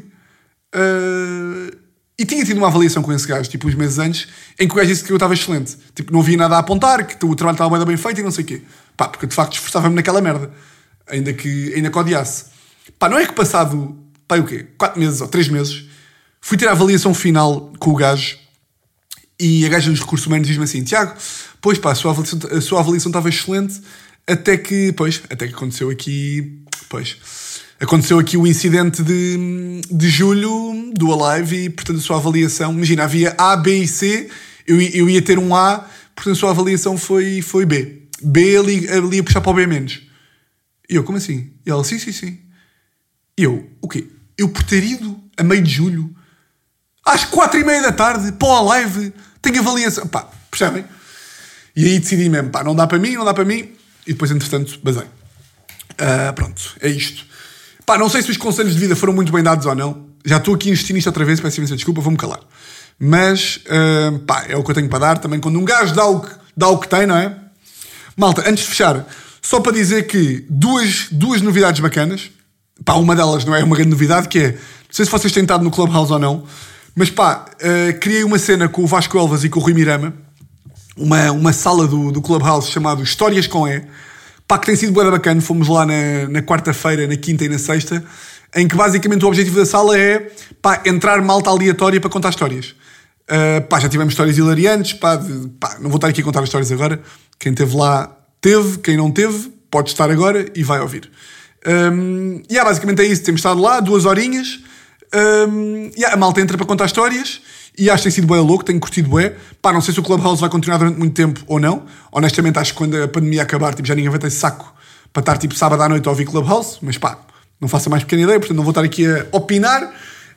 [SPEAKER 2] E tinha tido uma avaliação com esse gajo, tipo, uns meses antes, em que o gajo disse que eu estava excelente. Tipo, não havia nada a apontar, que o trabalho estava bem feito e não sei o quê. Pá, porque de facto esforçava-me naquela merda. Ainda que odiasse. Pá, não é que passado, pá, o quê? 4 meses ou 3 meses, fui ter a avaliação final com o gajo e a gaja dos recursos humanos diz-me assim: Tiago, pois pá, a sua avaliação estava excelente, até que aconteceu aqui, aconteceu aqui o incidente de julho do Alive e, portanto, a sua avaliação, imagina, havia A, B e C, eu ia ter um A, portanto, a sua avaliação foi B. B ali ia puxar para o B menos. E eu: como assim? E ela: sim. E eu: o quê? Eu por ter ido a meio de julho, às 4:30 da tarde, para o Alive, tenho avaliação. Pá, percebem? E aí decidi mesmo: pá, não dá para mim. E depois, entretanto, basei. Pronto, é isto. Pá, não sei se os conselhos de vida foram muito bem dados ou não. Já estou aqui a insistir nisto outra vez, peço imensa desculpa, vou-me calar. Mas, pá, é o que eu tenho para dar. Também quando um gajo dá o que tem, não é? Malta, antes de fechar, só para dizer que duas novidades bacanas. Pá, uma delas não é uma grande novidade, que é, não sei se vocês têm estado no Clubhouse ou não, mas pá, criei uma cena com o Vasco Elvas e com o Rui Mirama, uma sala do Clubhouse chamado Histórias com E, pá, que tem sido bué bacana. Fomos lá na quarta-feira, na quinta e na sexta, em que basicamente o objetivo da sala é, pá, entrar malta aleatória para contar histórias. Pá, já tivemos histórias hilariantes, pá, não vou estar aqui a contar as histórias agora. Quem esteve lá teve, quem não teve pode estar agora e vai ouvir. Basicamente é isso, temos estado lá 2 horinhas, a malta entra para contar histórias e acho que tem sido bué louco, tenho curtido bué. Pá, não sei se o Clubhouse vai continuar durante muito tempo ou não. Honestamente acho que quando a pandemia acabar, tipo, já ninguém vai ter saco para estar tipo sábado à noite a ouvir Clubhouse, mas pá, não faço a mais pequena ideia, portanto não vou estar aqui a opinar.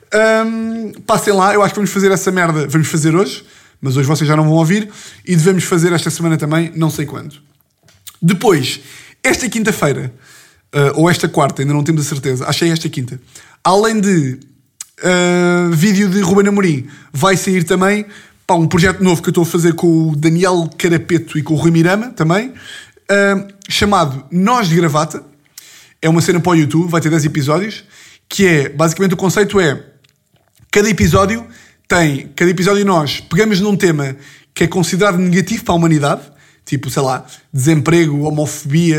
[SPEAKER 2] Passem lá, eu acho que vamos fazer essa merda, vamos fazer hoje, mas hoje vocês já não vão ouvir, e devemos fazer esta semana também, não sei quando. Depois, esta quinta-feira, ou esta quarta, ainda não temos a certeza, achei esta quinta, além de vídeo de Ruben Amorim, vai sair também, pá, um projeto novo que eu estou a fazer com o Daniel Carapeto e com o Rui Mirama também, chamado Nós de Gravata. É uma cena para o YouTube, vai ter 10 episódios, que é, basicamente o conceito é, cada episódio nós pegamos num tema que é considerado negativo para a humanidade, tipo, sei lá, desemprego, homofobia,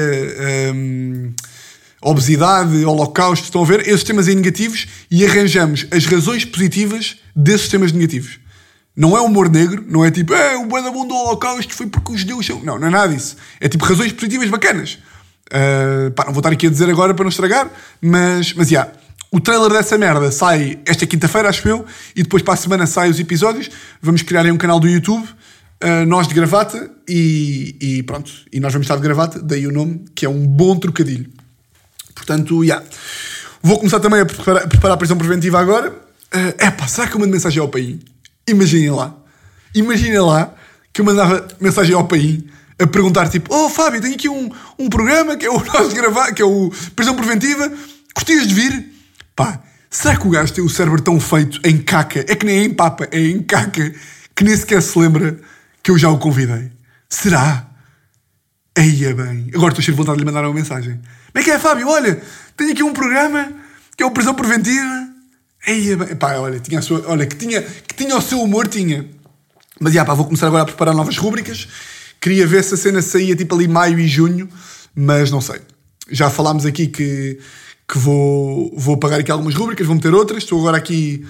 [SPEAKER 2] obesidade, holocausto, estão a ver? Esses temas aí negativos, e arranjamos as razões positivas desses temas negativos. Não é humor negro, não é tipo, o bué da bom do holocausto foi porque os judeus são... Não é nada disso. É tipo razões positivas bacanas. Não vou estar aqui a dizer agora para não estragar, mas o trailer dessa merda sai esta quinta-feira, acho eu, e depois para a semana saem os episódios. Vamos criar aí um canal do YouTube, Nós de Gravata, e pronto. E nós vamos estar de gravata, daí o nome, que é um bom trocadilho. Portanto, vou começar também a preparar a prisão preventiva agora. Será que eu mando mensagem ao Paim? Imaginem lá que eu mandava mensagem ao Paim a perguntar tipo, Fábio, tenho aqui um programa que é o Nós de Gravar, que é o Prisão Preventiva, curtias de vir? Pá, será que o gajo tem o cérebro tão feito em caca? É que nem é em papa, é em caca, que nem sequer se lembra que eu já o convidei. Será? Eia bem, agora estou cheio de vontade de lhe mandar uma mensagem. Como é que é, Fábio? Olha, tenho aqui um programa que é o Prisão Preventiva. Eia bem, pá, olha, que tinha o seu humor, tinha. Mas vou começar agora a preparar novas rúbricas. Queria ver se a cena saía tipo ali maio e junho, mas não sei. Já falámos aqui que vou apagar aqui algumas rúbricas, vou meter outras. Estou agora aqui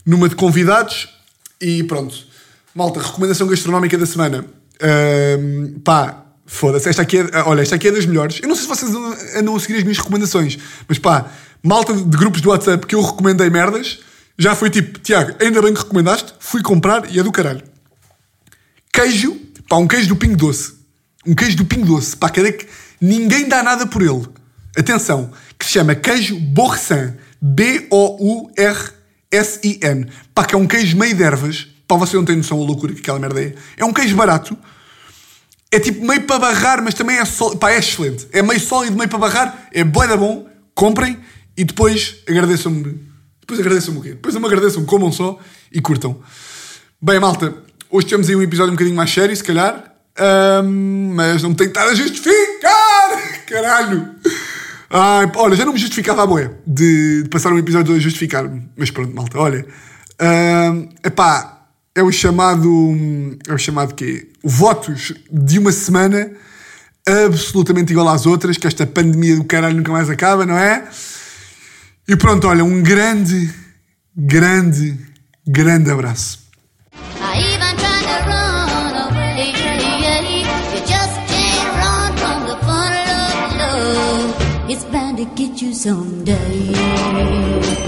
[SPEAKER 2] numa de convidados e pronto. Malta, recomendação gastronómica da semana. Pá, foda-se, esta aqui é das melhores. Eu não sei se vocês andam a seguir as minhas recomendações, mas pá, malta de grupos do WhatsApp que eu recomendei merdas, já foi tipo, Tiago, ainda bem que recomendaste, fui comprar e é do caralho. Queijo, pá, um queijo do Pingo Doce. Um queijo do Pingo Doce, pá, que ninguém dá nada por ele. Atenção, que se chama queijo Boursin. B-O-U-R-S-I-N. Pá, que é um queijo meio de ervas. Pá, você não tem noção da loucura que aquela merda é. É um queijo barato. É tipo meio para barrar, mas também é sólido. Pá, é excelente. É meio sólido, meio para barrar. É bué da bom. Comprem e depois agradeçam-me. Depois não me agradeçam, comam só e curtam. Bem, malta, hoje temos aí um episódio um bocadinho mais sério, se calhar. Mas não me tenho que estar a justificar! Caralho! Ai, olha, já não me justificava a boé de passar um episódio a justificar-me. Mas pronto, malta, olha. Epá, é o chamado quê? Votos de uma semana absolutamente igual às outras, que esta pandemia do caralho nunca mais acaba, não é? E pronto, olha, um grande abraço.
[SPEAKER 1] It's bound to get you someday.